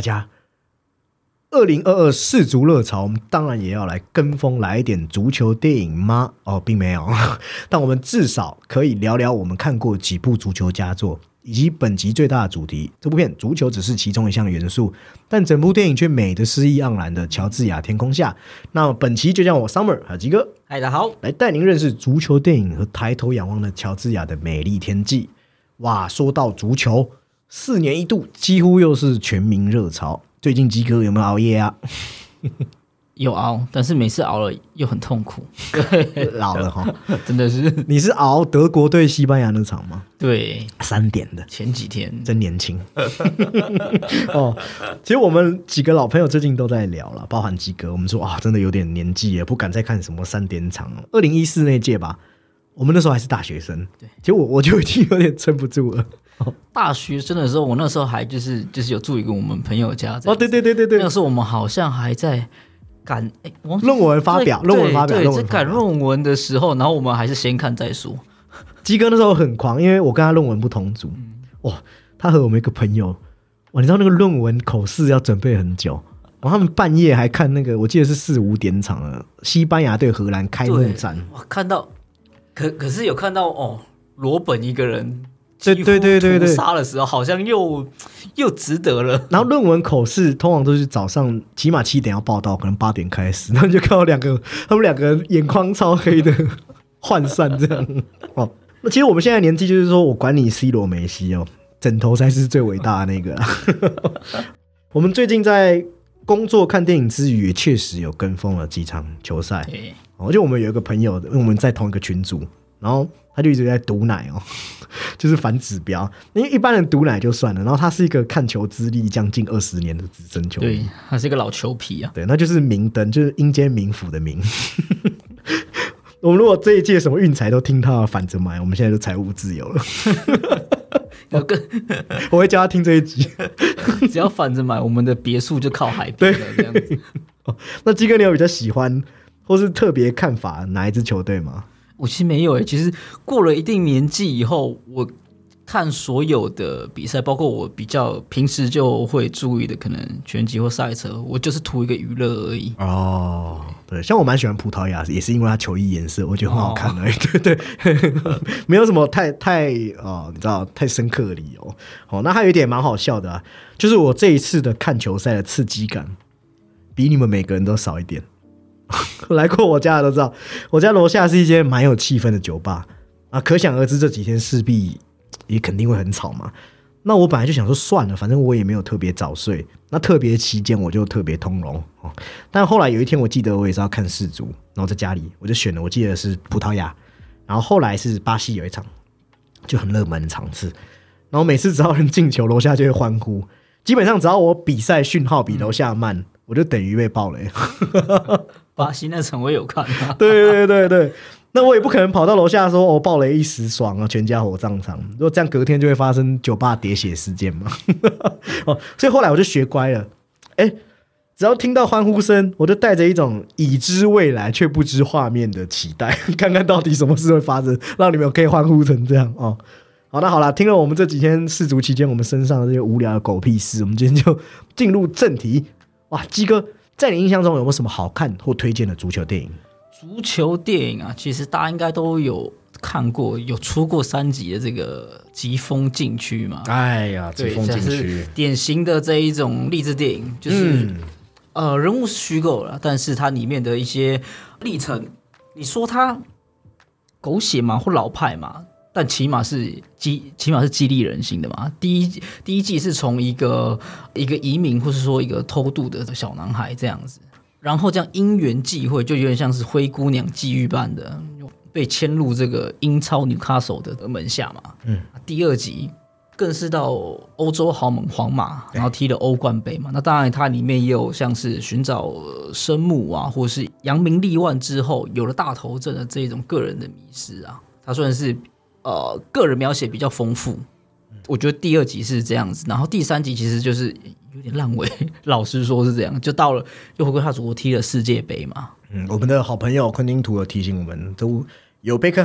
家，2022世足热潮，我们当然也要来跟风来一点足球电影吗？并没有，但我们至少可以聊聊我们看过几部足球佳作，以及本集最大的主题。这部片足球只是其中一项元素，但整部电影却美得诗意盎然的乔治亚天空下。那本期就让我 Summer 还有吉哥， 嗨，大家好， 来带您认识足球电影和抬头仰望的乔治亚的美丽天际。哇，说到足球，4年一度几乎又是全民热潮。最近吉哥有没有熬夜啊？ 有熬，但是每次熬了又很痛苦。 老了哈， 真的是。 你是熬德国对西班牙那场吗？ 对 ，3点的， 前几天真年轻。其实我们几个老朋友最近都在聊了，包含吉哥，我们说啊，真的有点年纪了，不敢再看什么3点场。2014那届吧，我们那时候还是大学生，对，结果我就已经有点撑不住了。 大学生的时候，我那时候还就是有住一个我们朋友家。 对， 那时候我们好像还在赶论文发表， 对，在赶论文的时候，然后我们还是先看再说。 基哥那时候很狂，因为我跟他论文不同组。哇，他和我们一个朋友，哇，你知道那个论文口试要准备很久，然后他们半夜还看那个，我记得是4、5点场了，西班牙对荷兰开幕战。 哇，看到可是有看到罗本一个人。 对， 屠杀的时候好像又值得了。 然后论文口试通常都是早上起码7点要报到，可能8点开始，然后就看到他们两个眼眶超黑的涣散这样。那其实我们现在年纪就是说我管你 C 罗梅西枕头才是最伟大的那个。我们最近在工作看电影之余，也确实有跟风了几场球赛。就我们有一个朋友，因为我们在同一个群组，然后他就一直在毒奶就是反指标。因为一般人毒奶就算了，然后他是一个看球资历将近20年的资深球迷， 对，他是一个老球皮啊。 对，那就是明灯，就是阴间冥府的冥。我们如果这一届什么运财都听他反着买，我们现在就财务自由了。我会叫他听这一集。 只要反着买，我们的别墅就靠海边了这样子。 那基哥，你有比较喜欢或是特别看法哪一支球队吗？ 我其实没有其实过了一定年纪以后，我看所有的比赛，包括我比较平时就会注意的，可能拳击或赛车，我就是图一个娱乐而已。 对，像我蛮喜欢葡萄牙，也是因为它球衣颜色，我觉得很好看而已。对，没有什么太你知道太深刻的理由。那还有一点蛮好笑的就是我这一次的看球赛的刺激感，比你们每个人都少一点。来过我家的都知道，我家楼下是一间蛮有气氛的酒吧可想而知这几天势必也肯定会很吵嘛。那我本来就想说算了，反正我也没有特别早睡，那特别期间我就特别通融但后来有一天我记得我也是要看世足，然后在家里我就选了，我记得是葡萄牙，然后后来是巴西有一场就很热门的场次，然后每次只要人进球楼下就会欢呼，基本上只要我比赛讯号比楼下慢我就等于被爆雷。 巴西那场我有看对，那我也不可能跑到楼下说爆雷一时爽全家火葬场，如果这样隔天就会发生酒吧喋血事件嘛。所以后来我就学乖了，只要听到欢呼声，我就带着一种已知未来却不知画面的期待，看看到底什么事会发生，让你们可以欢呼成这样好，那好啦，听了我们这几天世足期间我们身上的这些无聊的狗屁事，我们今天就进入正题。哇，基哥，在你印象中有没有什么好看或推荐的足球电影？ 足球电影其实大家应该都有看过，有出过3集的这个《疾风禁区》嘛。 哎呀，疾风禁区， 典型的这一种励志电影，就是人物是虚构了，但是它里面的一些历程，你说它狗血嘛或老派嘛，但起码是激励人心的嘛。第一季是从一个移民或是说一个偷渡的小男孩这样子，然后这样因缘际会，就有点像是灰姑娘际遇般的被迁入这个英超纽卡索的门下嘛。第2集更是到欧洲豪门皇马，然后踢了欧冠杯嘛。那当然它里面也有像是寻找生母或是扬名立万之后有了大头阵的这种个人的迷失它算是个人描写比较丰富，我觉得第2集是这样子，然后第3集其实就是有点烂尾，老实说是这样，就到了又回归他祖国踢了世界杯嘛。 我们的好朋友昆汀图有提醒我们，都有贝克汉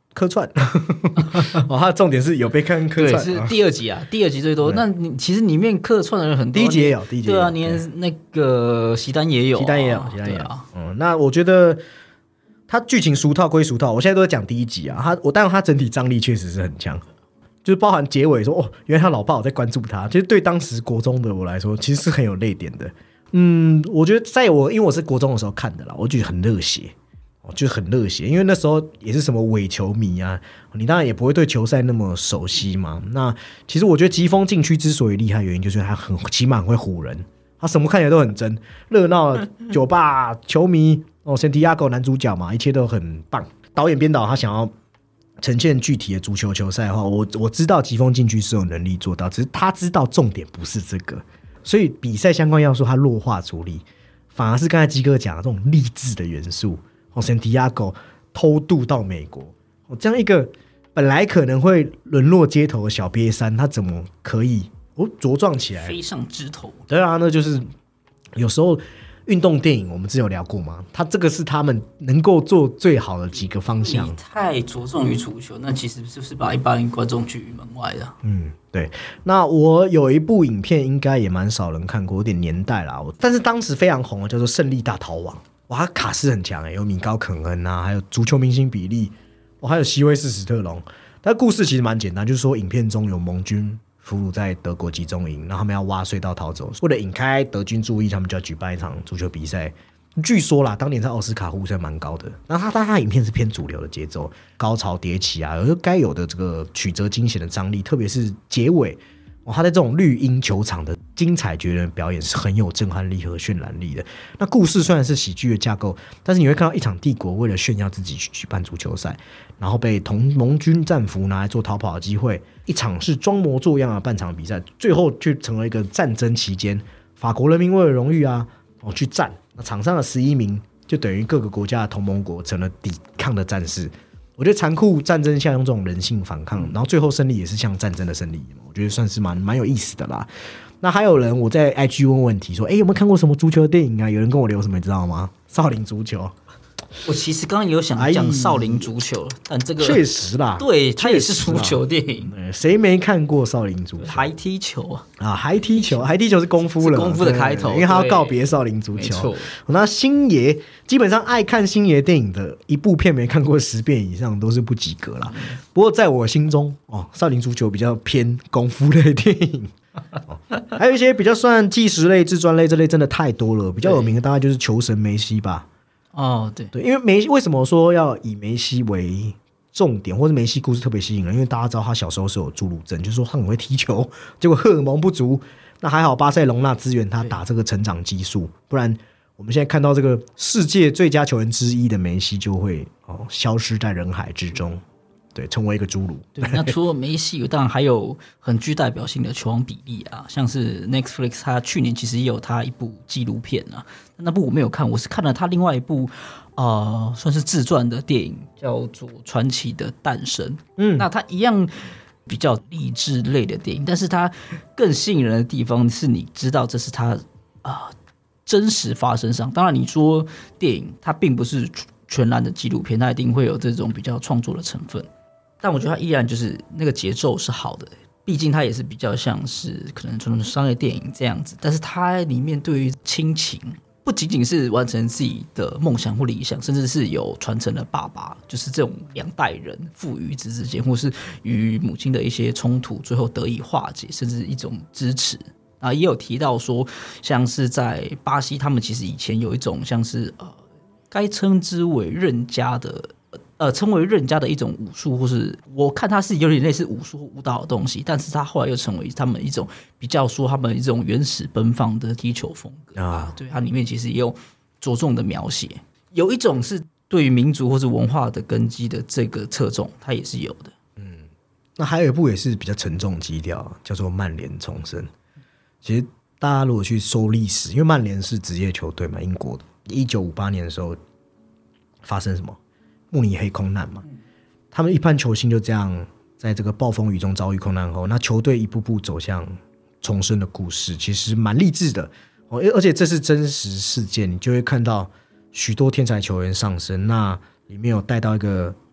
客串哦，他的重点是有被看客串， 对，是第2集啊，第2集最多。那你其实里面客串的人很多， 第1集也有，第1集对啊，连那个席丹也有， 席丹也有， 对啊。 那我觉得他剧情俗套归俗套，我现在都在讲第1集啊，当然他整体张力确实是很强。就是包含结尾说哦，原来他老爸有在关注他，其实对当时国中的我来说，其实是很有泪点的。我觉得因为我是国中的时候看的啦，我觉得很热血，就是很热血，因为那时候也是什么伪球迷啊，你当然也不会对球赛那么熟悉嘛。那其实我觉得疾风禁区之所以厉害，原因就是他起码很会唬人，他什么看起来都很真，热闹酒吧球迷Santiago 男主角嘛，一切都很棒。导演编导他想要呈现具体的足球球赛的话，我知道疾风禁区是有能力做到，只是他知道重点不是这个，所以比赛相关要素他弱化处理，反而是刚才基哥讲的这种励志的元素。Santiago 偷渡到美国，这样一个本来可能会沦落街头的小瘪三，他怎么可以茁壮起来， 飞上枝头？ 对啊，那就是有时候运动电影我们之前有聊过吗？他这个是他们能够做最好的几个方向。 你太着重于足球，那其实就是把一般观众拒于门外的。 对。那我有一部影片应该也蛮少人看过，有点年代啦，但是当时非常红，叫做《胜利大逃亡》。哇，他卡斯很强有米高肯恩啊，还有足球明星比利，还有西威斯史特龙。但故事其实蛮简单，就是说影片中有盟军俘虏在德国集中营，然后他们要挖隧道逃走，为了引开德军注意，他们就要举办一场足球比赛。据说啦，当年在奥斯卡呼声蛮高的。那他影片是偏主流的节奏，高潮迭起啊，有该有的这个曲折惊险的张力，特别是结尾。他在这种绿茵球场的精彩绝伦表演是很有震撼力和渲染力的。那故事虽然是喜剧的架构，但是你会看到一场帝国为了炫耀自己去举办足球赛，然后被同盟军战俘拿来做逃跑的机会，一场是装模作样的半场比赛，最后却成了一个战争期间法国人民为了荣誉啊去战，那场上的11名就等于各个国家的同盟国成了抵抗的战士。我觉得残酷战争下用这种人性反抗，然后最后胜利也是像战争的胜利，我觉得算是蛮有意思的啦。那还有人我在 IG 问问题说，有没有看过什么足球电影啊？有人跟我留什么你知道吗？少林足球。 我其实刚刚有想讲少林足球，但这个确实啦， 对，它也是足球电影。 谁没看过少林足球？ 还踢球啊，还踢球，还踢球是功夫了， 是功夫的开头， 因为他要告别少林足球。 没错。 那星爷基本上爱看星爷电影的，一部片没看过10遍以上都是不及格啦。不过在我心中，少林足球比较偏功夫类电影。还有一些比较算纪实类、自传类，这类真的太多了。比较有名的大概就是球神梅西吧。对，因为为什么说要以梅西为重点，或者梅西故事特别吸引人？因为大家知道他小时候是有侏儒症，就是说他很会踢球，结果荷尔蒙不足。那还好巴塞隆纳支援他打这个成长激素，不然我们现在看到这个世界最佳球员之一的梅西就会消失在人海之中。对，成为一个侏儒。 对，那除了梅西，当然还有很具代表性的球王比利啊，像是 Netflix， 他去年其实也有他一部纪录片啊，那部我没有看，我是看了他另外一部算是自传的电影，叫做《传奇的诞生》。那他一样比较励志类的电影，但是他更吸引人的地方是你知道这是他真实发生上。当然你说电影它并不是全然的纪录片，它一定会有这种比较创作的成分，但我觉得它依然就是那个节奏是好的，毕竟它也是比较像是可能纯商业电影这样子，但是它里面对于亲情不仅仅是完成自己的梦想或理想，甚至是有传承的爸爸，就是这种2代人父与子之间，或是与母亲的一些冲突最后得以化解，甚至一种支持啊，也有提到说像是在巴西他们其实以前有一种像是该称之为认家的称为认家的一种武术，或是我看它是有点类似武术或舞蹈的东西，但是它后来又成为他们一种比较说他们一种原始奔放的踢球风格啊。对，它里面其实也有着重的描写，有一种是对于民族或是文化的根基的这个侧重，它也是有的。 那还有一部也是比较沉重基调，叫做《曼联重生》。其实大家如果去搜历史，因为曼联是职业球队嘛，英国的，1958年的时候发生什么慕尼黑空难嘛，他们一般球星就这样在这个暴风雨中遭遇空难后，那球队一步步走向重生的故事，其实蛮励志的。而且这是真实事件，你就会看到许多天才球员上升。那里面有带到一个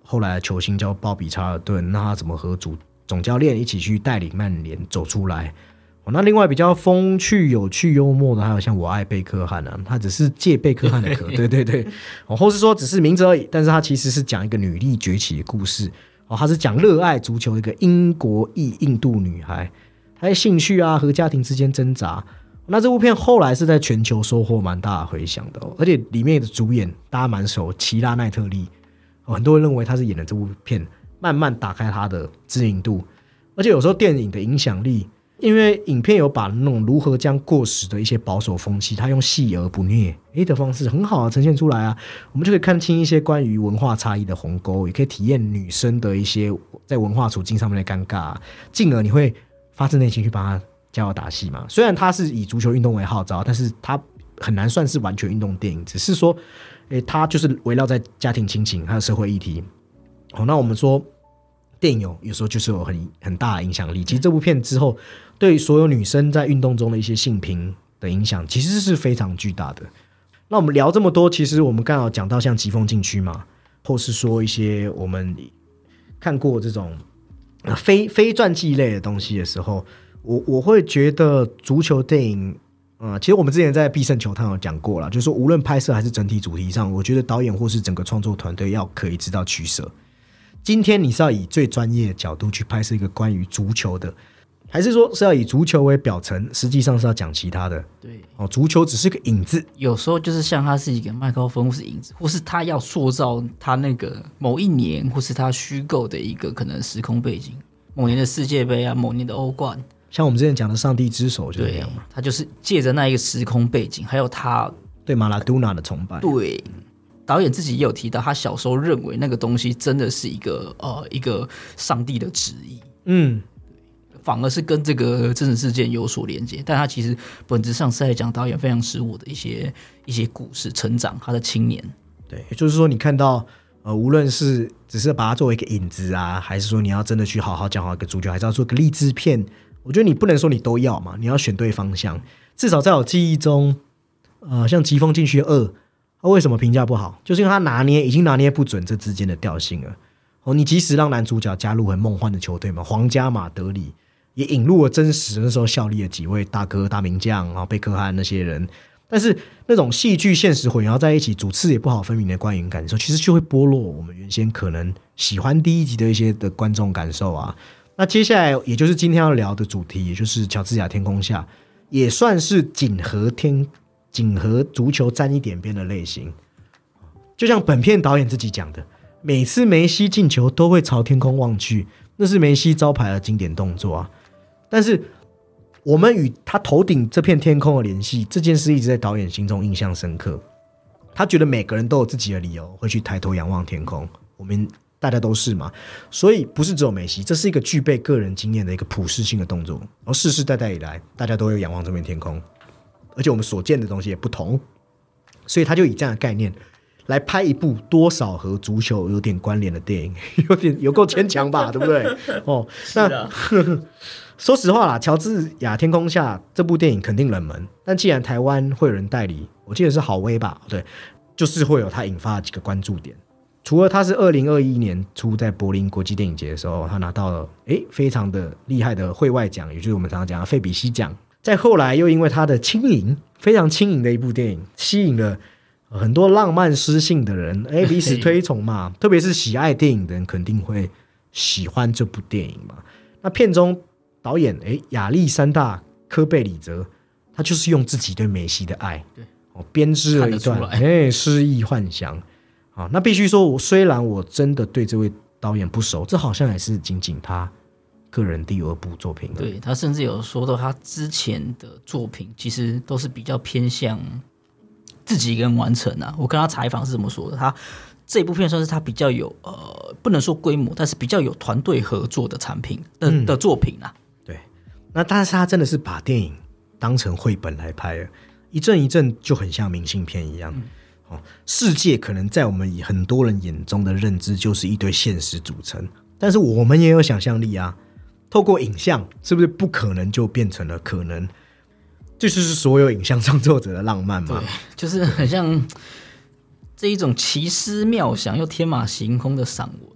后来的球星叫鲍比查尔顿，那他怎么和总教练一起去带领曼联走出来。那另外比较风趣有趣幽默的还有像我爱贝克汉啊，他只是借贝克汉的壳对对对，或是说只是名字而已，但是他其实是讲一个女力崛起的故事，他是讲热爱足球的一个英国裔印度女孩，她的兴趣啊和家庭之间挣扎。那这部片后来是在全球收获蛮大的回响的，而且里面的主演大家蛮熟，齐拉奈特利，很多人认为他是演的这部片慢慢打开他的知名度，而且有时候电影的影响力，因为影片有把那种如何将过时的一些保守风气，他用戏而不虐的方式很好的呈现出来啊，我们就可以看清一些关于文化差异的鸿沟，也可以体验女生的一些在文化处境上面的尴尬，进而你会发自内心去帮他加油打气嘛。虽然他是以足球运动为号召，但是他很难算是完全运动电影，只是说他就是围绕在家庭亲情还有社会议题。那我们说电影有时候就是有很大的影响力，其实这部片之后对所有女生在运动中的一些性平的影响其实是非常巨大的。那我们聊这么多，其实我们刚好讲到像疾风禁区嘛，或是说一些我们看过这种非传记类的东西的时候，我会觉得足球电影其实我们之前在必胜球探有讲过啦，就是说无论拍摄还是整体主题上，我觉得导演或是整个创作团队要可以知道取舍。今天你是要以最专业的角度去拍摄一个关于足球的，还是说是要以足球为表层，实际上是要讲其他的？对，足球只是个影子， 有时候就是像它是一个麦克风或是影子，或是他要塑造他那个某一年，或是他虚构的一个可能时空背景，某年的世界杯啊，某年的欧冠， 像我们之前讲的上帝之手就是这样嘛， 他就是借着那一个时空背景，还有他对马拉多纳的崇拜。 对，导演自己也有提到，他小时候认为那个东西真的是一个上帝的旨意，反而是跟这个真实事件有所连接，但他其实本质上是在讲导演非常实务的一些故事成长，他的青年。 对，也就是说你看到无论是只是把它作为一个影子啊，还是说你要真的去好好讲好一个主角，还是要做一个励志片，我觉得你不能说你都要嘛，你要选对方向。至少在我记忆中像疾风禁区2为什么评价不好，就是因为他已经拿捏不准这之间的调性了。你即使让男主角加入很梦幻的球队嘛，皇家马德里，也引入了真实那时候效力的几位大哥大名将，然后贝克汉那些人，但是那种戏剧现实混淆在一起，主次也不好分明的观影感受，其实就会剥落我们原先可能喜欢第一集的一些的观众感受啊。那接下来也就是今天要聊的主题，也就是乔治亚天空下，也算是锦和足球沾一点边的类型。就像本片导演自己讲的，每次梅西进球都会朝天空望去，那是梅西招牌的经典动作啊。但是我们与他头顶这片天空的联系，这件事一直在导演心中印象深刻。他觉得每个人都有自己的理由会去抬头仰望天空，我们大家都是嘛，所以不是只有梅西，这是一个具备个人经验的一个普世性的动作。然后世世代代以来，大家都会仰望这片天空，而且我们所见的东西也不同，所以他就以这样的概念来拍一部多少和足球有点关联的电影，有够牵强吧，对不对？那说实话啦，乔治亚天空下这部电影肯定冷门，但既然台湾会有人代理，我记得是好威吧，对，就是会有他引发的几个关注点。除了他是2021年初在柏林国际电影节的时候，他拿到了非常的厉害的会外奖，也就是我们常常讲的费比西奖。再后来又因为他的轻盈，非常轻盈的一部电影，吸引了很多浪漫诗性的人彼此推崇嘛，特别是喜爱电影的人肯定会喜欢这部电影嘛。那片中导演亚历山大科贝里泽，他就是用自己对梅西的爱编织了一段诗意幻想。那必须说，虽然我真的对这位导演不熟，这好像也是仅仅他个人第2部作品了。 对，他甚至有说到他之前的作品其实都是比较偏向自己一个人完成啊。我跟他采访是这么说的，他这部片算是他比较有不能说规模，但是比较有团队合作的产品 的作品啊。对， 那但是他真的是把电影当成绘本来拍了，一阵一阵就很像明信片一样。世界可能在我们很多人眼中的认知就是一堆现实组成，但是我们也有想象力啊。透过影像，是不是不可能就变成了可能？这就是所有影像创作者的浪漫嘛？ 对，就是很像这一种奇思妙想又天马行空的散文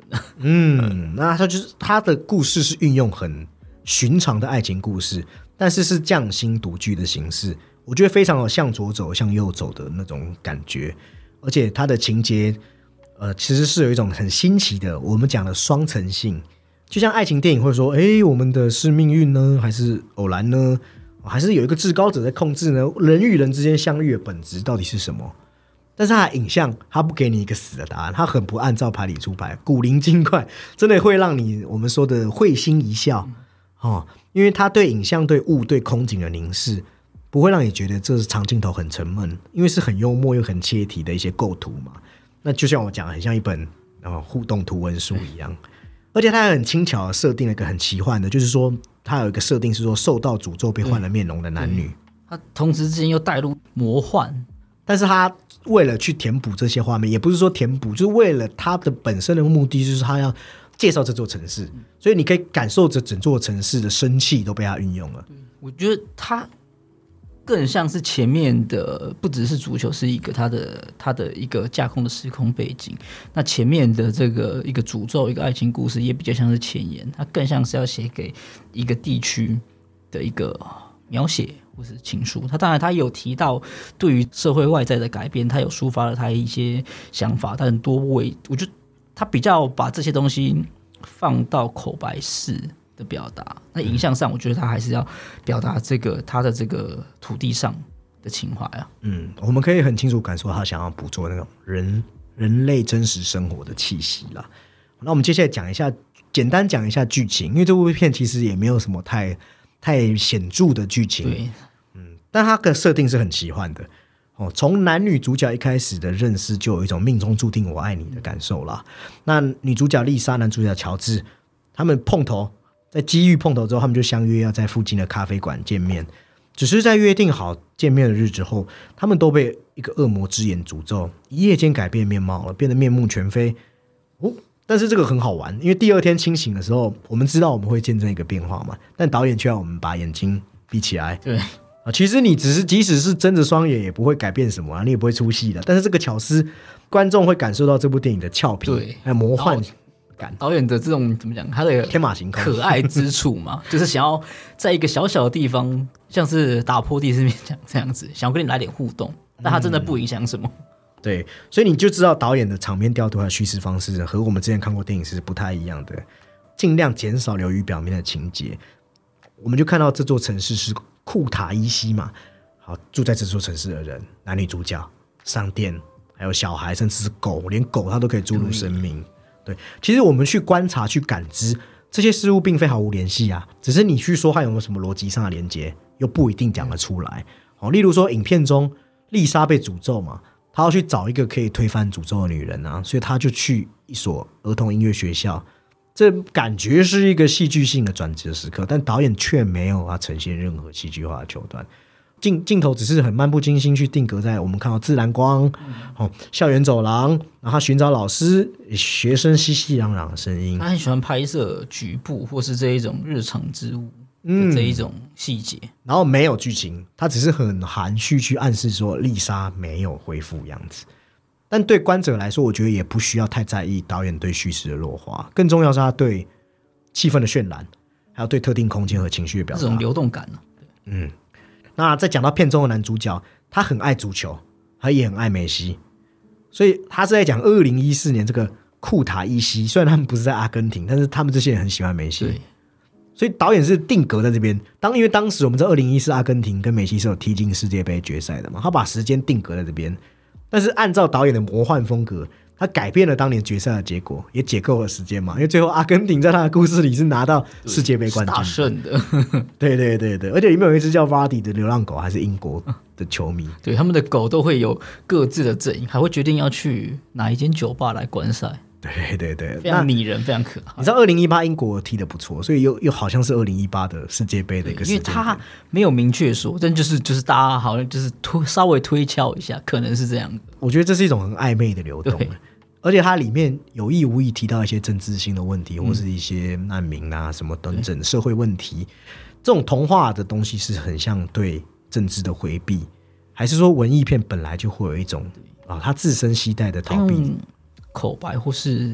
的。 那他的故事是运用很寻常的爱情故事，但是是匠心独具的形式，我觉得非常有向左走向右走的那种感觉，而且他的情节其实是有一种很新奇的我们讲的双层性，就像爱情电影会说我们的是命运呢还是偶然呢，还是有一个至高者在控制呢，人与人之间相遇的本质到底是什么。但是他的影像他不给你一个死的答案，他很不按照牌理出牌，古灵精怪，真的会让你我们说的会心一笑因为他对影像对物对空景的凝视不会让你觉得这是长镜头很沉闷，因为是很幽默又很切题的一些构图嘛。那就像我讲很像一本互动图文书一样，而且他很轻巧的设定了一个很奇幻的，就是说他有一个设定是说受到诅咒被换了面容的男女， 他同时之间又带入魔幻， 但是他为了去填补这些画面，也不是说填补，就是为了他的本身的目的，就是他要介绍这座城市，所以你可以感受着整座城市的生气都被他运用了。 我觉得他更像是前面的不只是足球是一个他的一个架空的时空背景，那前面的这个一个诅咒一个爱情故事也比较像是前言，它更像是要写给一个地区的一个描写或是情书。他当然他有提到对于社会外在的改变，他有抒发了他一些想法，但很多我觉得他比较把这些东西放到口白式的表达，那影像上我觉得他还是要表达他的这个土地上的情怀啊。 我们可以很清楚感受他想要捕捉那种人类真实生活的气息啦。那我们接下来简单讲一下剧情，因为这部片其实也没有什么太显著的剧情， 对， 但它的设定是很奇幻的从男女主角一开始的认识就有一种命中注定我爱你的感受啦。那女主角丽莎男主角乔治他们碰头，在机遇碰头之后，他们就相约要在附近的咖啡馆见面，只是在约定好见面的日之后，他们都被一个恶魔之眼诅咒，一夜间改变面貌了，变得面目全非但是这个很好玩，因为第二天清醒的时候，我们知道我们会见证一个变化嘛，但导演却要我们把眼睛闭起来。 对其实你即使是睁着双眼也不会改变什么你也不会出戏的。但是这个巧思，观众会感受到这部电影的俏皮，还有魔幻感。 导演的这种怎么讲，他的天马行空可爱之处嘛，就是想要在一个小小的地方，像是打破第四面墙这样子，想要跟你来点互动，但他真的不影响什么。 对，所以你就知道导演的场面调度和叙事方式和我们之前看过电影是不太一样的，尽量减少流于表面的情节。我们就看到这座城市是库塔伊西嘛，好，住在这座城市的人，男女主角、商店，还有小孩，甚至是狗，连狗它都可以注入生命。对，其实我们去观察、去感知这些事物，并非毫无联系啊，只是你去说它有没有什么逻辑上的连结，又不一定讲得出来。例如说，影片中丽莎被诅咒嘛，她要去找一个可以推翻诅咒的女人啊，所以她就去一所儿童音乐学校。这感觉是一个戏剧性的转折时刻，但导演却没有呈现任何戏剧化的桥段，镜头只是很漫不经心去定格在我们看到自然光、校园走廊，然后他寻找老师、学生熙熙攘攘的声音。 他很喜欢拍摄局部或是这一种日常之物的这一种细节， 然后没有剧情，他只是很含蓄去暗示说丽莎没有恢复样子。但对观者来说，我觉得也不需要太在意导演对叙事的弱化，更重要是他对气氛的渲染，还有对特定空间和情绪的表达， 这种流动感那再讲到片中的男主角，他很爱足球，他也很爱梅西，所以他是在讲2014年这个库塔伊西，虽然他们不是在阿根廷，但是他们这些人很喜欢梅西， 对， 所以导演是定格在这边。因为当时我们在2014阿根廷跟梅西是有踢进世界杯决赛的嘛，他把时间定格在这边。但是按照导演的魔幻风格，他改变了当年决赛的结果，也解构了时间嘛。因为最后阿根廷在他的故事里是拿到世界杯冠军， 大胜的。 对对对对，而且里面有一只叫 Vardy 的流浪狗，还是英国的球迷。 对，他们的狗都会有各自的阵营，还会决定要去哪一间酒吧来观赛。 对对对， 非常拟人，非常可爱。 你知道2018英国踢得不错，所以又好像是2018的世界杯的一个时间点， 因为他没有明确说，但就是大家好像就是稍微推敲一下，可能是这样的。 我觉得这是一种很暧昧的流动，而且它里面有意无意提到一些政治性的问题，或是一些难民啊什么等等社会问题。这种童话的东西是很像对政治的回避，还是说文艺片本来就会有一种它自身期待的逃避？ 口白或是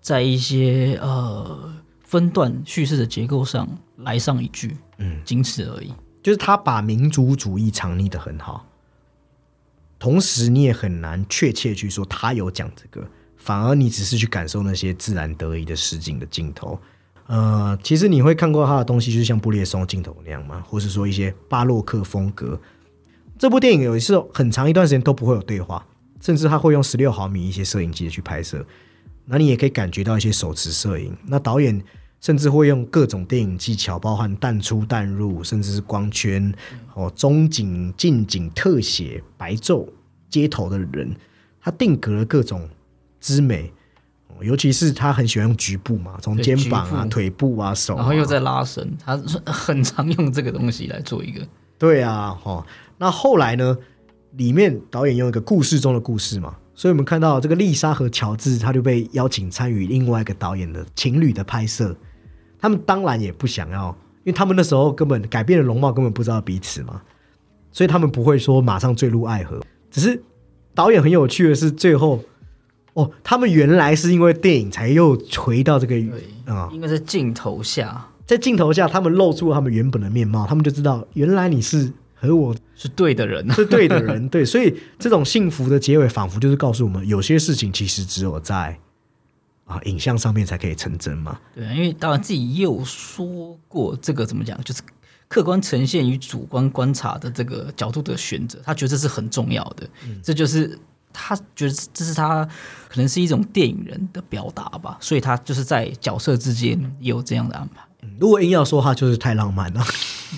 在一些分段叙事的结构上来上一句，仅此而已。 就是他把民族主义藏匿得很好，同时你也很难确切去说他有讲这个，反而你只是去感受那些自然得意的实景的镜头。其实你会看过他的东西，就是像布列松镜头那样嘛，或是说一些巴洛克风格。这部电影有一次很长一段时间都不会有对话，甚至他会用16毫米一些摄影机去拍摄，那你也可以感觉到一些手持摄影。那导演甚至会用各种电影技巧，包含淡出淡入，甚至是光圈、中景、近景、特写、白昼、街头的人，他定格了各种之美。尤其是他很喜欢用局部嘛，从肩膀啊、腿部啊、手啊， 然后又在拉伸，他很常用这个东西来做一个。 对啊，那后来呢？里面导演用一个故事中的故事嘛，所以我们看到这个丽莎和乔治，他就被邀请参与另外一个导演的情侣的拍摄。他们当然也不想要，因为他们那时候根本改变了容貌，根本不知道彼此嘛，所以他们不会说马上坠入爱河。只是导演很有趣的是，最后他们原来是因为电影才又回到这个应该在镜头下， 在镜头下他们露出了他们原本的面貌，他们就知道原来你是和我是对的人， 是对的人。对，所以这种幸福的结尾仿佛就是告诉我们，有些事情其实只有在影像上面才可以成真嘛。 对，因为导演自己也有说过，这个怎么讲，就是客观呈现与主观观察的这个角度的选择，他觉得这是很重要的。这就是他觉得这是他可能是一种电影人的表达吧，所以他就是在角色之间也有这样的安排。 如果硬要说，他就是太浪漫了。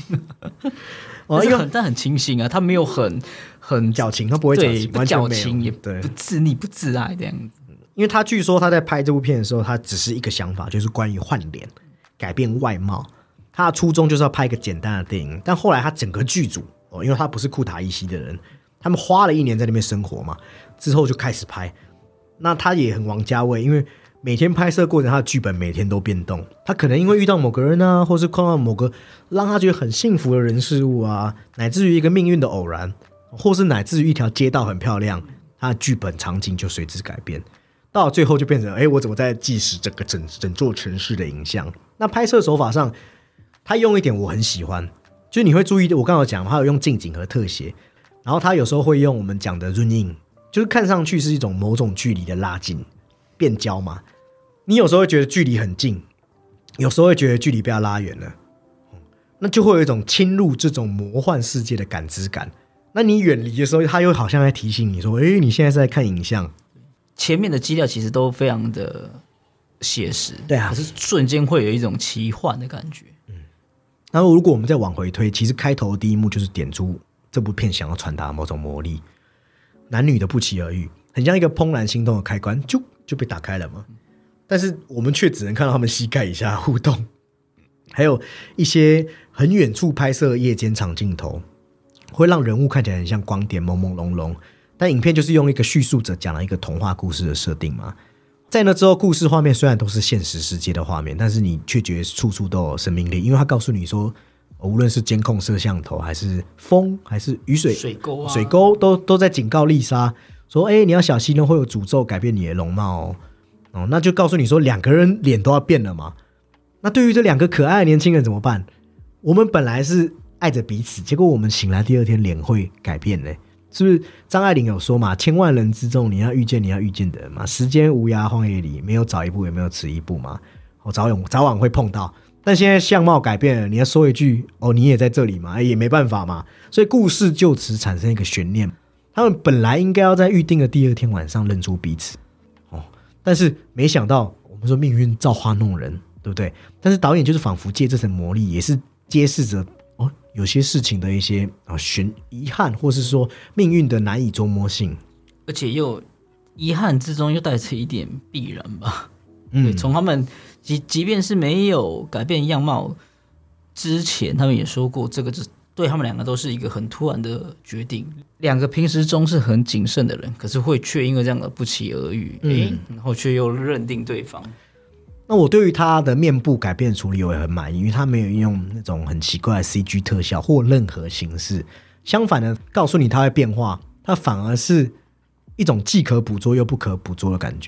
但很清新啊，他没有很矫情，他不会矫情， 不矫情，也不自溺不自爱这样子。 因为他据说他在拍这部片的时候，他只是一个想法，就是关于换脸、改变外貌。他的初衷就是要拍一个简单的电影，但后来他整个剧组因为他不是库塔伊西的人，他们花了1年在那边生活嘛，之后就开始拍。那他也很王家卫，因为每天拍摄过程，他的剧本每天都变动。他可能因为遇到某个人啊，或是看到某个让他觉得很幸福的人事物啊，乃至于一个命运的偶然，或是乃至于一条街道很漂亮，他的剧本场景就随之改变。到最后就变成，我怎么在纪实整座城市的影像？那拍摄手法上，他用一点我很喜欢，就是你会注意，我刚刚讲，他有用近景和特写，然后他有时候会用我们讲的 zoom in， 就是看上去是一种某种距离的拉近、变焦嘛。你有时候会觉得距离很近，有时候会觉得距离被他拉远了，那就会有一种侵入这种魔幻世界的感知感。那你远离的时候，他又好像在提醒你说，你现在是在看影像。 前面的基调其实都非常的写实， 对啊， 可是瞬间会有一种奇幻的感觉。 然后如果我们再往回推，其实开头的第一幕就是点出这部片想要传达某种魔力，男女的不期而遇，很像一个怦然心动的开关，就被打开了嘛。但是我们却只能看到他们膝盖以下的互动，还有一些很远处拍摄夜间长镜头，会让人物看起来很像光点朦朦胧胧。但影片就是用一个叙述者讲了一个童话故事的设定嘛，在那之后，故事画面虽然都是现实世界的画面，但是你却觉得处处都有生命力，因为他告诉你说，无论是监控摄像头，还是风，还是雨水、 水沟水沟都在警告丽莎说，你要小心哦，会有诅咒改变你的容貌哦。那就告诉你说，两个人脸都要变了嘛。那对于这两个可爱的年轻人怎么办？我们本来是爱着彼此，结果我们醒来第二天脸会改变呢？是不是张爱玲有说嘛？千万人之中，你要遇见你要遇见的人嘛。时间无涯荒野里，没有早一步，也没有迟一步嘛。早晚会碰到。但现在相貌改变了，你要说一句你也在这里嘛，也没办法嘛。所以故事就此产生一个悬念。他们本来应该要在预定的第二天晚上认出彼此但是没想到，我们说命运造化弄人，对不对？但是导演就是仿佛借这层魔力，也是揭示着有些事情的一些遗憾，或是说命运的难以捉摸性， 而且又遗憾之中又带着一点必然吧。对，从他们即便是没有改变样貌之前，他们也说过，这个对他们两个都是一个很突然的决定。两个平时中是很谨慎的人，可是却因为这样的不期而遇，然后却又认定对方。 那我对于他的面部改变处理我也很满意，因为他没有用那种很奇怪的 CG 特效或任何形式，相反的告诉你他会变化，他反而是一种既可捕捉又不可捕捉的感觉。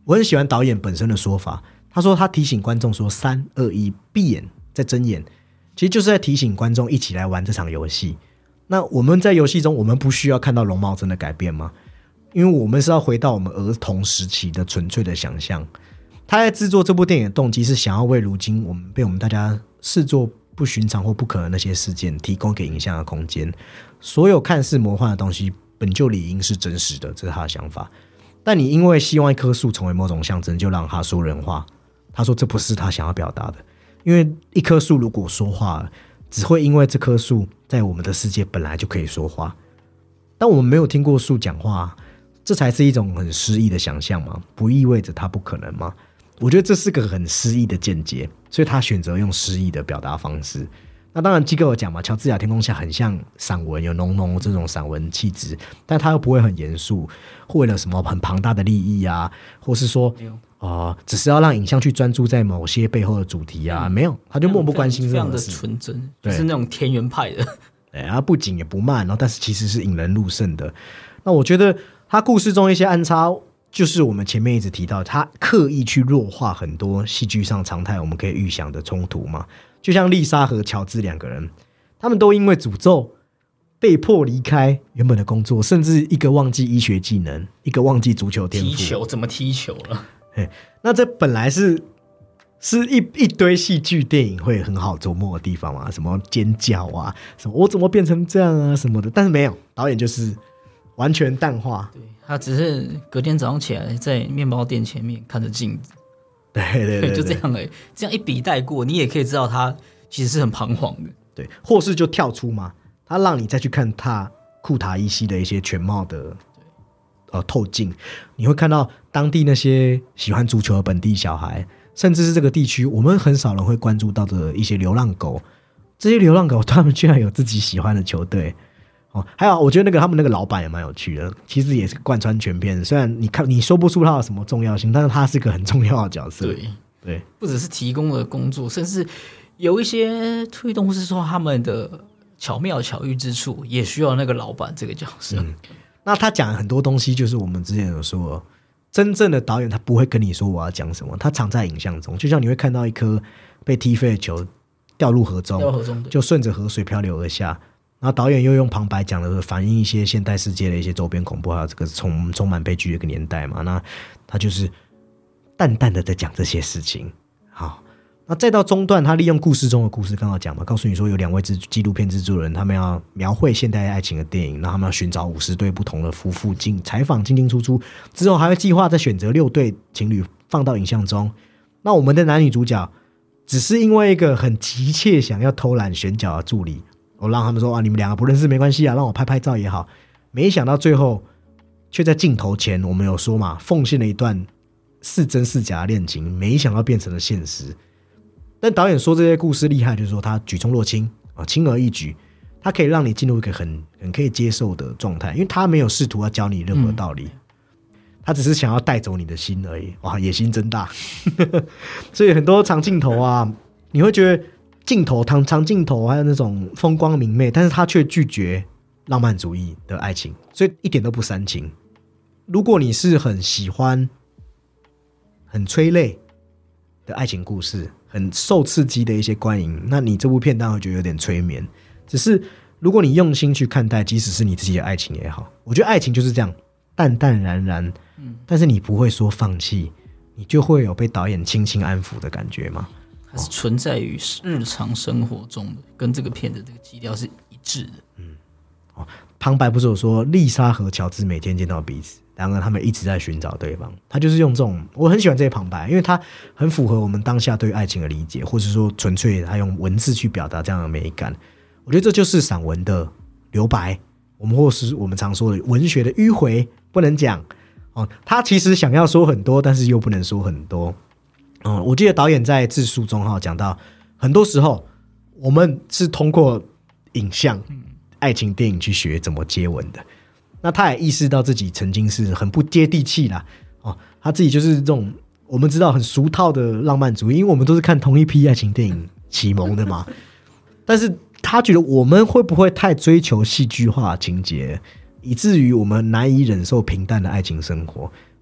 我很喜欢导演本身的说法，他说他提醒观众说3、2、1闭眼再睁眼，其实就是在提醒观众一起来玩这场游戏。那我们在游戏中，我们不需要看到容貌真的改变吗？因为我们是要回到我们儿童时期的纯粹的想象。他在制作这部电影的动机是想要为如今我们被我们大家视作不寻常或不可能那些事件提供给影像的空间。所有看似魔幻的东西本就理应是真实的，这是他的想法。但你因为希望一棵树成为某种象征，就让他说人话。他说这不是他想要表达的，因为一棵树如果说话了，只会因为这棵树在我们的世界本来就可以说话。但我们没有听过树讲话，这才是一种很诗意的想象吗？不意味着它不可能吗？我觉得这是个很诗意的见解，所以他选择用诗意的表达方式。那当然基哥有讲嘛，乔治亚天空下很像散文，有浓浓这种散文气质，但他又不会很严肃，为了什么很庞大的利益啊，或是说只是要让影像去专注在某些背后的主题啊，没有，他就漠不关心任何事， 非常的纯真，就是那种田园派的。 他不紧也不慢，然后但是其实是引人入胜的。那我觉得他故事中一些安插，就是我们前面一直提到，他刻意去弱化很多戏剧上常态我们可以预想的冲突嘛。就像丽莎和乔治两个人，他们都因为诅咒被迫离开原本的工作，甚至一个忘记医学技能，一个忘记足球天赋， 踢球怎么踢球了。 那这本来是一堆戏剧电影会很好琢磨的地方嘛，什么尖叫啊，什么我怎么变成这样啊什么的，但是没有，导演就是完全淡化。 对，他只是隔天早上起来在面包店前面看着镜子， 对， 就这样而已，这样一笔带过，你也可以知道他其实是很彷徨的。 对，或是就跳出嘛，他让你再去看他库塔伊西的一些全貌的透镜，你会看到当地那些喜欢足球的本地小孩，甚至是这个地区我们很少人会关注到的一些流浪狗，这些流浪狗他们居然有自己喜欢的球队。还有我觉得他们那个老板也蛮有趣的，其实也是贯穿全片，虽然你说不出他有什么重要性，但是他是个很重要的角色。对， 不只是提供了工作，甚至有一些推动，或是说他们的巧妙巧遇之处，也需要那个老板这个角色。 那他讲很多东西，就是我们之前有说，真正的导演他不会跟你说我要讲什么，他藏在影像中，就像你会看到一颗被踢飞的球掉入河中，就顺着河水漂流而下。然后导演又用旁白讲的反映一些现代世界的一些周边恐怖，还有这个充满悲剧的一个年代嘛，那他就是淡淡的在讲这些事情。好，那再到中段，他利用故事中的故事，刚好讲嘛，告诉你说有2位纪录片制作人，他们要描绘现代爱情的电影，然后他们要寻找50对不同的夫妇采访进出出，之后还会计划再选择6对情侣放到影像中。那我们的男女主角只是因为一个很急切想要偷懒选角的助理，我让他们说你们2个不认识没关系啊，让我拍拍照也好。没想到最后却在镜头前，我们有说嘛，奉献了一段是真是假的恋情，没想到变成了现实。但导演说这些故事厉害，就是说他举重若轻轻而易举，他可以让你进入一个很可以接受的状态，因为他没有试图要教你任何道理，他只是想要带走你的心而已。哇，野心真大。所以很多长镜头啊，你会觉得长镜头还有那种风光明媚，但是他却拒绝浪漫主义的爱情，所以一点都不煽情。如果你是很喜欢很催泪的爱情故事，很受刺激的一些观影，那你这部片当然会觉得有点催眠。只是如果你用心去看待，即使是你自己的爱情也好，我觉得爱情就是这样淡淡然然，但是你不会说放弃，你就会有被导演轻轻安抚的感觉嘛。 它是存在于日常生活中的，跟这个片的这个基调是一致的。 旁白不是有说丽莎和乔治每天见到彼此，然而他们一直在寻找对方，他就是用这种，我很喜欢这些旁白，因为他很符合我们当下对爱情的理解，或是说纯粹他用文字去表达这样的美感。我觉得这就是散文的留白，或是我们常说的文学的迂回，不能讲他其实想要说很多，但是又不能说很多。我记得导演在自述中讲到，很多时候我们是通过影像爱情电影去学怎么接吻的。那他也意识到自己曾经是很不接地气啦，他自己就是这种我们知道很俗套的浪漫主义，因为我们都是看同一批爱情电影启蒙的嘛。但是他觉得我们会不会太追求戏剧化情节，以至于我们难以忍受平淡的爱情生活，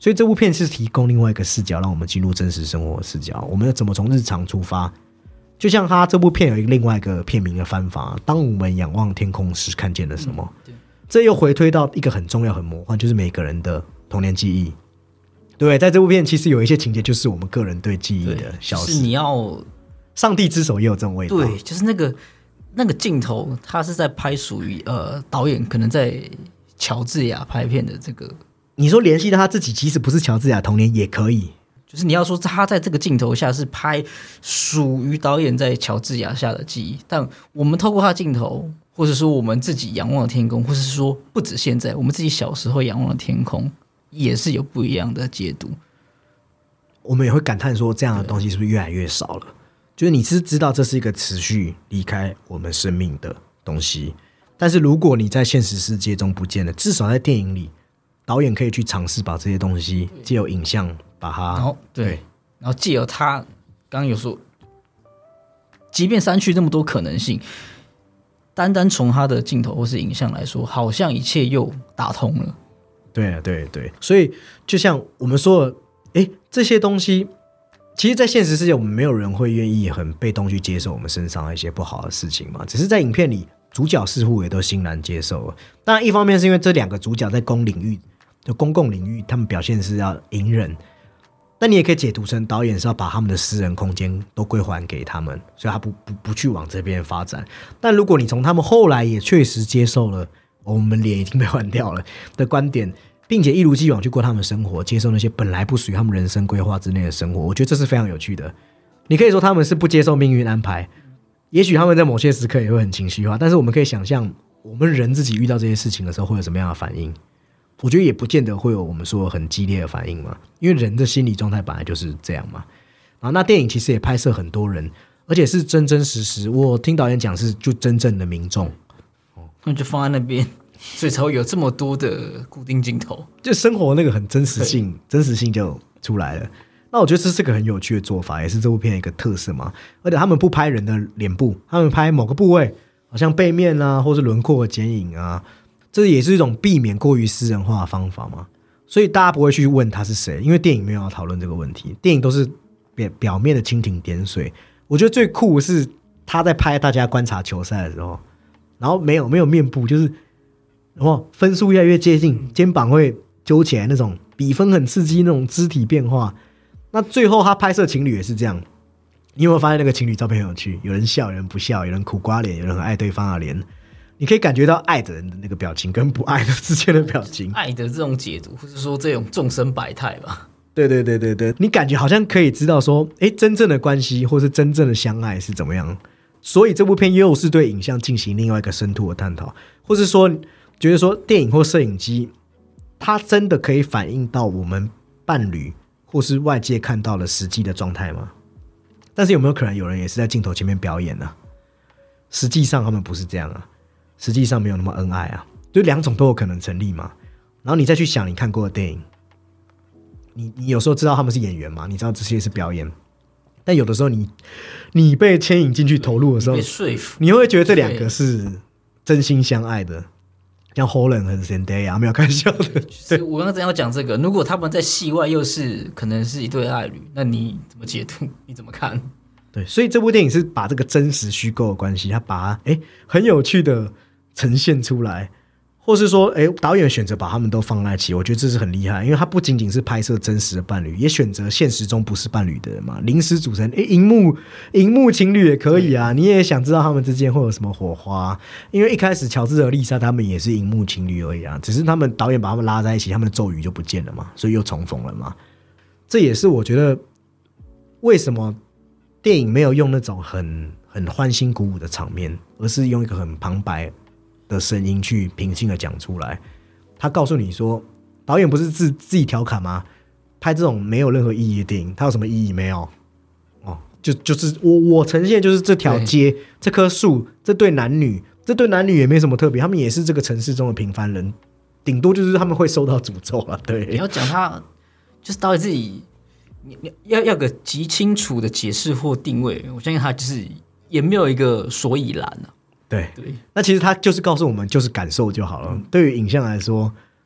所以这部片是提供另外一个视角，让我们进入真实生活的视角。我们怎么从日常出发？就像他这部片有另外一个片名的翻法，当我们仰望天空时看见了什么？这又回推到一个很重要、很魔幻，就是每个人的童年记忆。对，在这部片其实有一些情节，就是我们个人对记忆的消失。 就是你要上帝之手也有这种味道。 对，就是那个镜头，他是在拍属于导演可能在乔治亚拍片的这个。 你说联系到他自己，即使不是乔治亚童年也可以。 就是你要说他在这个镜头下是拍属于导演在乔治亚下的记忆，但我们透过他的镜头，或者说我们自己仰望的天空，或是说不止现在，我们自己小时候仰望的天空，也是有不一样的解读。 我们也会感叹说，这样的东西是不是越来越少了？就是你是知道这是一个持续离开我们生命的东西，但是如果你在现实世界中不见了，至少在电影里，导演可以去尝试把这些东西借由影像把它， 然后借由他刚刚有说，即便删去这么多可能性，单单从他的镜头或是影像来说，好像一切又打通了。 对，所以就像我们说的，这些东西其实在现实世界我们没有人会愿意很被动去接受我们身上的一些不好的事情嘛，只是在影片里主角似乎也都欣然接受了。当然一方面是因为这两个主角在公共领域他们表现是要隐忍，但你也可以解读成导演是要把他们的私人空间都归还给他们，所以他不去往这边发展。但如果你从他们后来也确实接受了我们脸已经被换掉了的观点，并且一如既往去过他们生活，接受那些本来不属于他们人生规划之内的生活，我觉得这是非常有趣的。你可以说他们是不接受命运安排，也许他们在某些时刻也会很情绪化，但是我们可以想象我们人自己遇到这些事情的时候会有什么样的反应。我觉得也不见得会有我们说很激烈的反应嘛，因为人的心理状态本来就是这样嘛。然后那电影其实也拍摄很多人，而且是真真实实，我听导演讲是就真正的民众， 那就放在那边，所以才会有这么多的固定镜头， 就生活那个很真实性就出来了。那我觉得这是个很有趣的做法，也是这部片一个特色嘛。而且他们不拍人的脸部，他们拍某个部位，好像背面啊，或是轮廓的剪影啊，这也是一种避免过于私人化的方法嘛。所以大家不会去问他是谁，因为电影没有要讨论这个问题，电影都是表面的蜻蜓点水。我觉得最酷的是他在拍大家观察球赛的时候，然后没有面部，就是然后分数越来越接近，肩膀会揪起来那种，比分很刺激那种肢体变化。那最后他拍摄情侣也是这样，你有没有发现那个情侣照片很有趣？有人笑，有人不笑，有人苦瓜脸，有人很爱对方的脸。你可以感觉到爱的人的那个表情跟不爱的之间的表情， 爱的这种解读，或者说这种众生百态吧。 对，你感觉好像可以知道说，真正的关系或是真正的相爱是怎么样。所以这部片又是对影像进行另外一个深度的探讨，或是说觉得说电影或摄影机它真的可以反映到我们伴侣或是外界看到的实际的状态吗？但是有没有可能有人也是在镜头前面表演呢？实际上他们不是这样啊，实际上没有那么恩爱啊，就两种都有可能成立嘛。然后你再去想你看过的电影，你有时候知道他们是演员嘛，你知道这些是表演，但有的时候你被牵引进去投入的时候， 被说服， 你会觉得这两个是真心相爱的，像 Holland 和 Zendaya 没有开玩笑的。 对，我刚刚正要讲这个，如果他们在戏外又是可能是一对爱侣，那你怎么解读？你怎么看？ 对，所以这部电影是把这个真实虚构的关系，它把它很有趣的呈现出来，或是说导演选择把他们都放在一起，我觉得这是很厉害，因为他不仅仅是拍摄真实的伴侣，也选择现实中不是伴侣的人嘛，临时组成荧幕情侣也可以啊，你也想知道他们之间会有什么火花，因为一开始乔治和丽莎他们也是荧幕情侣而已啊，只是他们导演把他们拉在一起，他们的咒语就不见了嘛，所以又重逢了嘛。这也是我觉得为什么电影没有用那种很欢欣鼓舞的场面，而是用一个很旁白的声音去平静的讲出来。他告诉你说，导演不是自己调侃吗？拍这种没有任何意义的电影，它有什么意义没有？就是我呈现就是这条街、这棵树、这对男女也没什么特别，他们也是这个城市中的平凡人，顶多就是他们会受到诅咒了。对， 你要讲他就是导演自己，你要个极清楚的解释或定位，我相信他就是也没有一个所以然啊。 对，那其实他就是告诉我们，就是感受就好了。对于影像来说，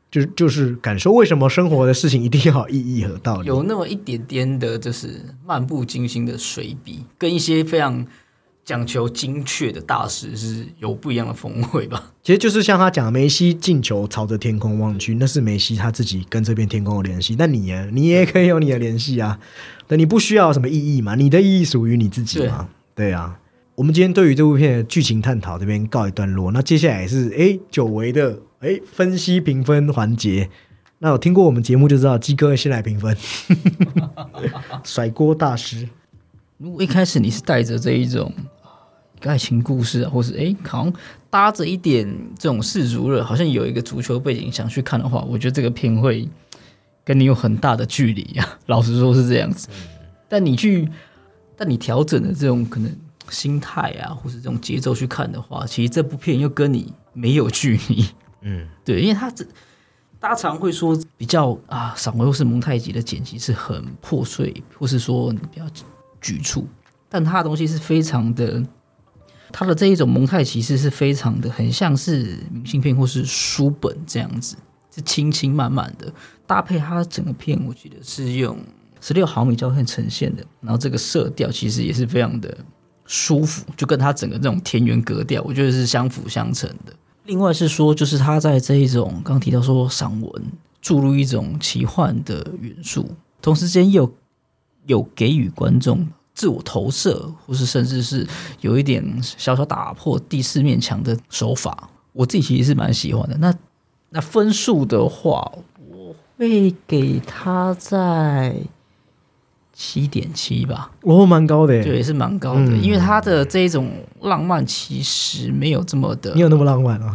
就是感受为什么生活的事情一定要有意义和道理， 有那么一点点的，就是漫不经心的随笔，跟一些非常讲求精确的大师是有不一样的风味吧。 其实就是像他讲，梅西进球朝着天空望去，那是梅西他自己跟这片天空有联系。但你也可以有你的联系啊，对，你不需要有什么意义嘛，你的意义属于你自己嘛，对啊。我们今天对于这部片的剧情探讨这边告一段落，那接下来是久违的分析评分环节。那有听过我们节目就知道，鸡哥先来评分，甩锅大师。 如果一开始你是带着这一种爱情故事啊，或是好像搭着一点这种世俗热，好像有一个足球背景想去看的话，我觉得这个片会跟你有很大的距离啊。老实说是这样子，但你调整的这种可能心态啊，或是这种节奏去看的话，其实这部片又跟你没有距离。对，因为大家常会说比较赏味或是蒙太奇的剪辑是很破碎，或是说比较局促，但它的东西是非常的，它的这一种蒙太奇是非常的，很像是明信片或是书本这样子，是轻轻慢慢的搭配它整个片，我记得是用16毫米胶片呈现的，然后这个色调其实也是非常的舒服，就跟它整个这种田园格调，我觉得是相辅相成的。另外是说，就是它在这一种刚提到说散文注入一种奇幻的元素，同时间有给予观众自我投射，或是甚至是有一点小小打破第四面墙的手法，我自己其实是蛮喜欢的。那分数的话，我会给它在7.7吧， 蛮高的耶， 对，是蛮高的，因为它的这一种浪漫其实没有这么的， 你有那么浪漫啊？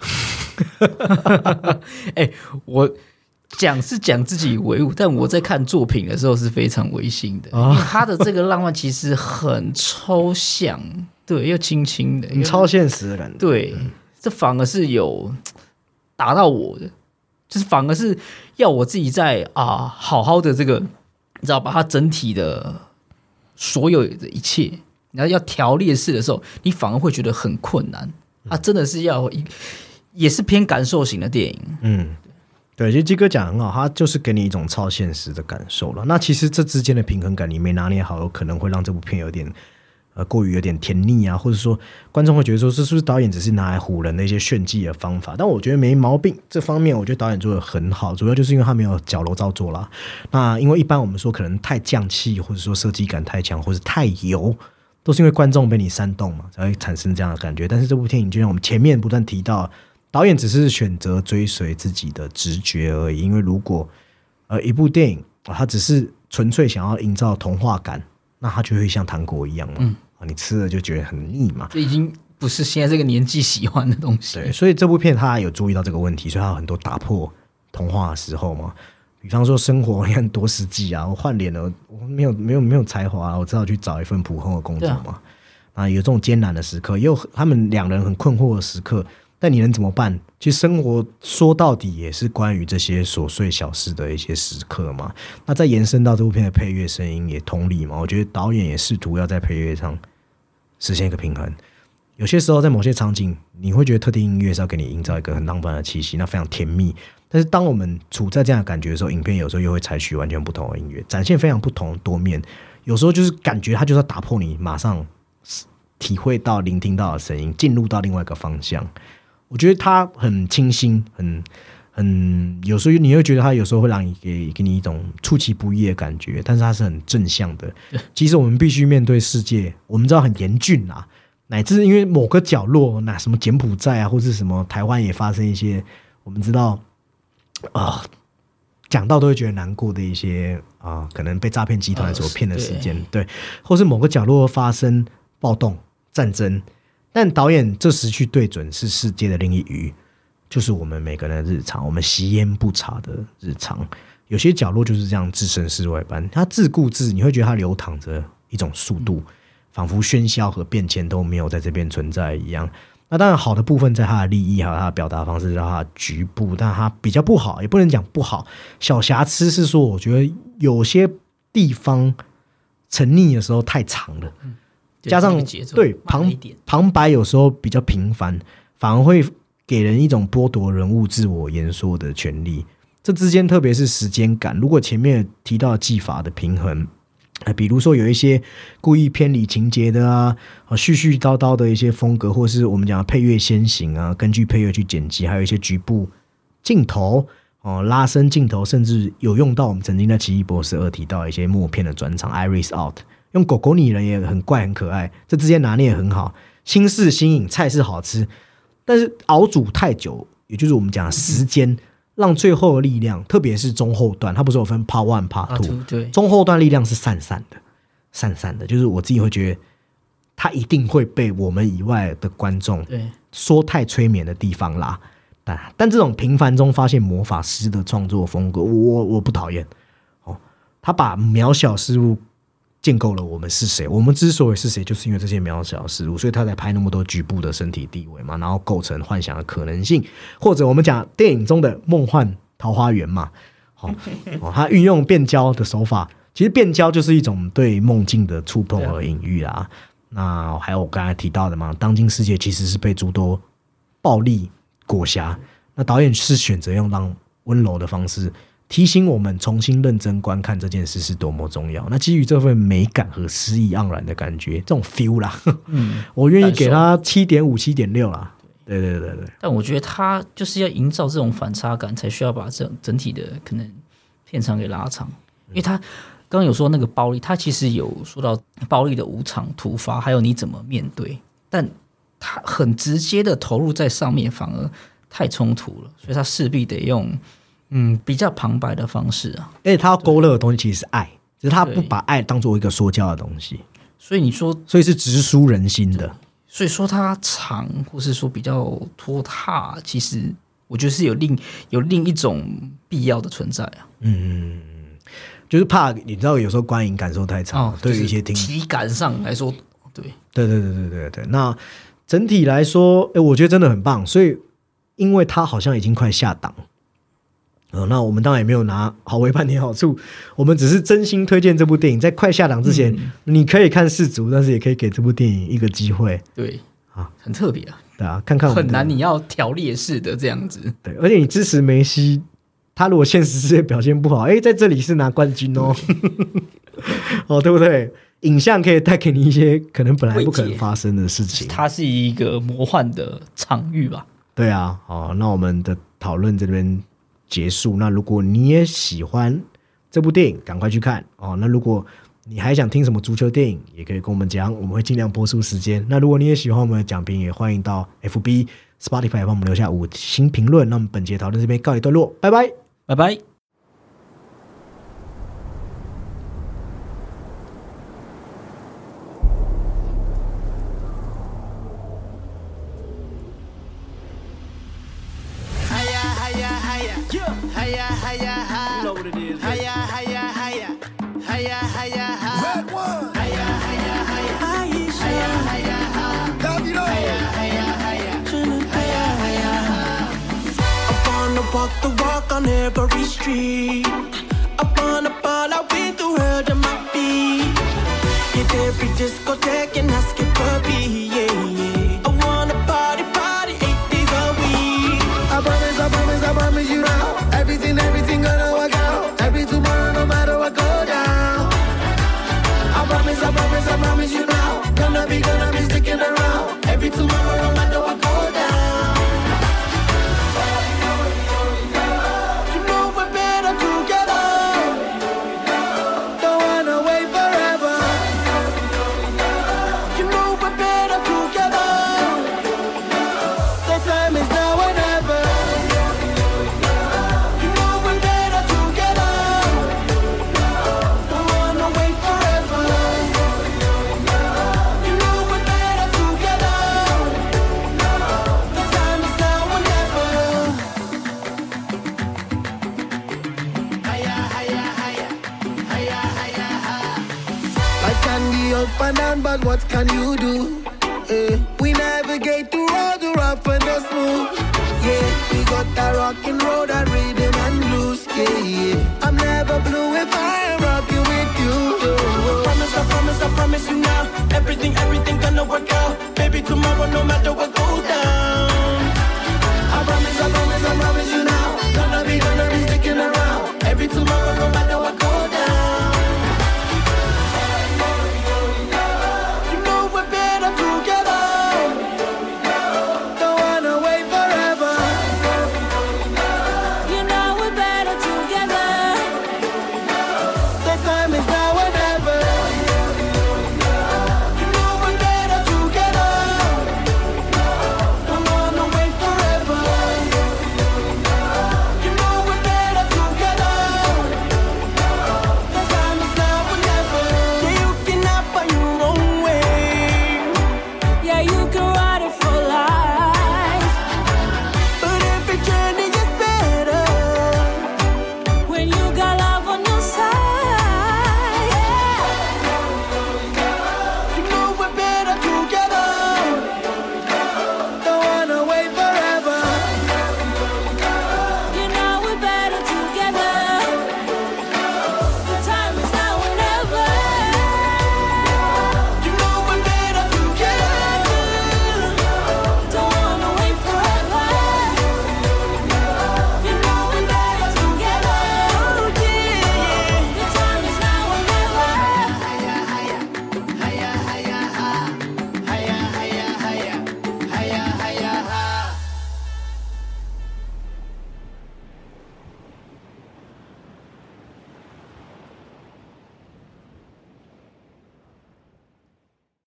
我讲自己唯物，但我在看作品的时候是非常违心的，因为它的这个浪漫其实很抽象，对，又轻轻的， 很超现实的感觉， 对，这反而是有打到我的，就是反而是要我自己在好好的这个。你知道把它整体的所有的一切，然后要条列式的时候，你反而会觉得很困难。它真的是也是偏感受型的电影。 对，其实鸡哥讲很好，他就是给你一种超现实的感受了。那其实这之间的平衡感你没拿捏好，有可能会让这部片有点过于有点甜腻啊，或者说观众会觉得说这是不是导演只是拿来唬人的一些炫技的方法，但我觉得没毛病，这方面我觉得导演做得很好，主要就是因为他没有矫揉造作啦。那因为一般我们说可能太匠气，或者说设计感太强，或者太油，都是因为观众被你煽动嘛，才会产生这样的感觉。但是这部电影就像我们前面不断提到，导演只是选择追随自己的直觉而已，因为如果一部电影它只是纯粹想要营造童话感，那它就会像糖果一样嘛，你吃了就觉得很腻嘛。 这已经不是现在这个年纪喜欢的东西。 对，所以这部片它有注意到这个问题，所以它有很多打破童话的时候嘛。比方说生活你看多实际啊，我换脸了，我没有才华啊，我只好去找一份普通的工作嘛。有这种艰难的时刻，也有他们两人很困惑的时刻。但你能怎么办？其实生活说到底也是关于这些琐碎小事的一些时刻嘛。那再延伸到这部片的配乐声音也同理嘛。我觉得导演也试图要在配乐上实现一个平衡。有些时候在某些场景，你会觉得特定音乐是要给你营造一个很浪漫的气息，那非常甜蜜。但是当我们处在这样的感觉的时候，影片有时候又会采取完全不同的音乐，展现非常不同多面。有时候就是感觉它就是要打破你马上体会到、聆听到的声音，进入到另外一个方向。我觉得它很清新，很有时候你会觉得它有时候会让你给你一种出其不意的感觉，但是它是很正向的。其实我们必须面对世界，我们知道很严峻啦，乃至因为某个角落，什么柬埔寨啊，或是什么台湾也发生一些我们知道讲到都会觉得难过的一些可能被诈骗集团所骗的时间，对，或是某个角落发生暴动、战争。但导演这时去对准是世界的另一隅，就是我们每个人的日常，我们吸烟不茶的日常。有些角落就是这样置身事外般，它自顾自，你会觉得它流淌着一种速度，仿佛喧嚣和变迁都没有在这边存在一样。那当然好的部分在它的立意还有它的表达方式，在它的局部，但它比较不好，也不能讲不好，小瑕疵是说我觉得有些地方沉溺的时候太长了，加上对旁白有时候比较频繁，反而会给人一种剥夺人物自我言说的权利。这之间特别是时间感，如果前面提到技法的平衡，比如说有一些故意偏离情节的啊，絮絮叨叨的一些风格，或是我们讲的配乐先行啊，根据配乐去剪辑，还有一些局部镜头拉伸镜头，甚至有用到我们曾经在奇异博士2提到一些默片的转场 Iris Out， 用狗狗拟人也很怪很可爱，这之间拿捏也很好，新式新颖，菜式好吃，但是熬煮太久，也就是我们讲的时间，让最后的力量，特别是中后段，它不是有分 Part 1 Part 2， 对， 中后段力量是散散的，就是我自己会觉得它一定会被我们以外的观众说太催眠的地方啦。但这种平凡中发现魔法师的创作风格，我不讨厌他把渺小事物建构了我们是谁，我们之所以是谁，就是因为这些渺小事物，所以他才拍那么多局部的身体地位嘛，然后构成幻想的可能性，或者我们讲电影中的梦幻桃花源嘛，他运用变焦的手法，其实变焦就是一种对梦境的触碰和隐喻啦。那还有我刚才提到的嘛，当今世界其实是被诸多暴力裹挟，那导演是选择用让温柔的方式提醒我们重新认真观看这件事是多么重要。那基于这份美感和诗意盎然的感觉，这种 feel 啦，我愿意给他 7.5 7.6 啦。对。 但我觉得他就是要营造这种反差感，才需要把整体的可能片长给拉长，因为他刚刚有说那个暴力，他其实有说到暴力的无常突发，还有你怎么面对，但他很直接的投入在上面，反而太冲突了，所以他势必得用比较旁白的方式啊。 而且他要勾勒的东西其实是爱，只是他不把爱当做一个说教的东西， 所以你说， 所以是直抒人心的。 所以说他长，或是说比较拖沓，其实我觉得是有另一种必要的存在啊。 就是怕你知道有时候观影感受太长，对于一些体感上来说，对。 那整体来说，我觉得真的很棒。所以，因为它好像已经快下档，那我们当然也没有拿好为半点好处，我们只是真心推荐这部电影。在快下档之前，你可以看世足，但是也可以给这部电影一个机会。 对啊，很特别啊。 对啊，看看我们很难，你要条列式的这样子。 对，而且你支持梅西，他如果现实世界表现不好，在这里是拿冠军哦，对不对？影像可以带给你一些可能本来不可能发生的事情， 它是一个魔幻的场域吧？ 对啊，那我们的讨论这边结束。那如果你也喜欢这部电影，赶快去看那如果你还想听什么足球电影，也可以跟我们讲，我们会尽量播出时间。那如果你也喜欢我们的讲评，也欢迎到 FB、Spotify 帮我们留下5星评论。那我们本节讨论这边告一段落，拜拜， 拜拜。 Walk the walk on every street. Up on the ball out with the world at my feet. Hit every discotheque and ask it puppy, yeah. I wanna party 8 days a week. I promise you now. Everything gonna work out. Every tomorrow, no matter what go down. I promise you now. Gonna be sticking around. Every tomorrow, no matter what go down. Up and down, but what can you do? We navigate through all the rough and the smooth. Yeah, we got that rock and roll, that rhythm and blues. Yeah.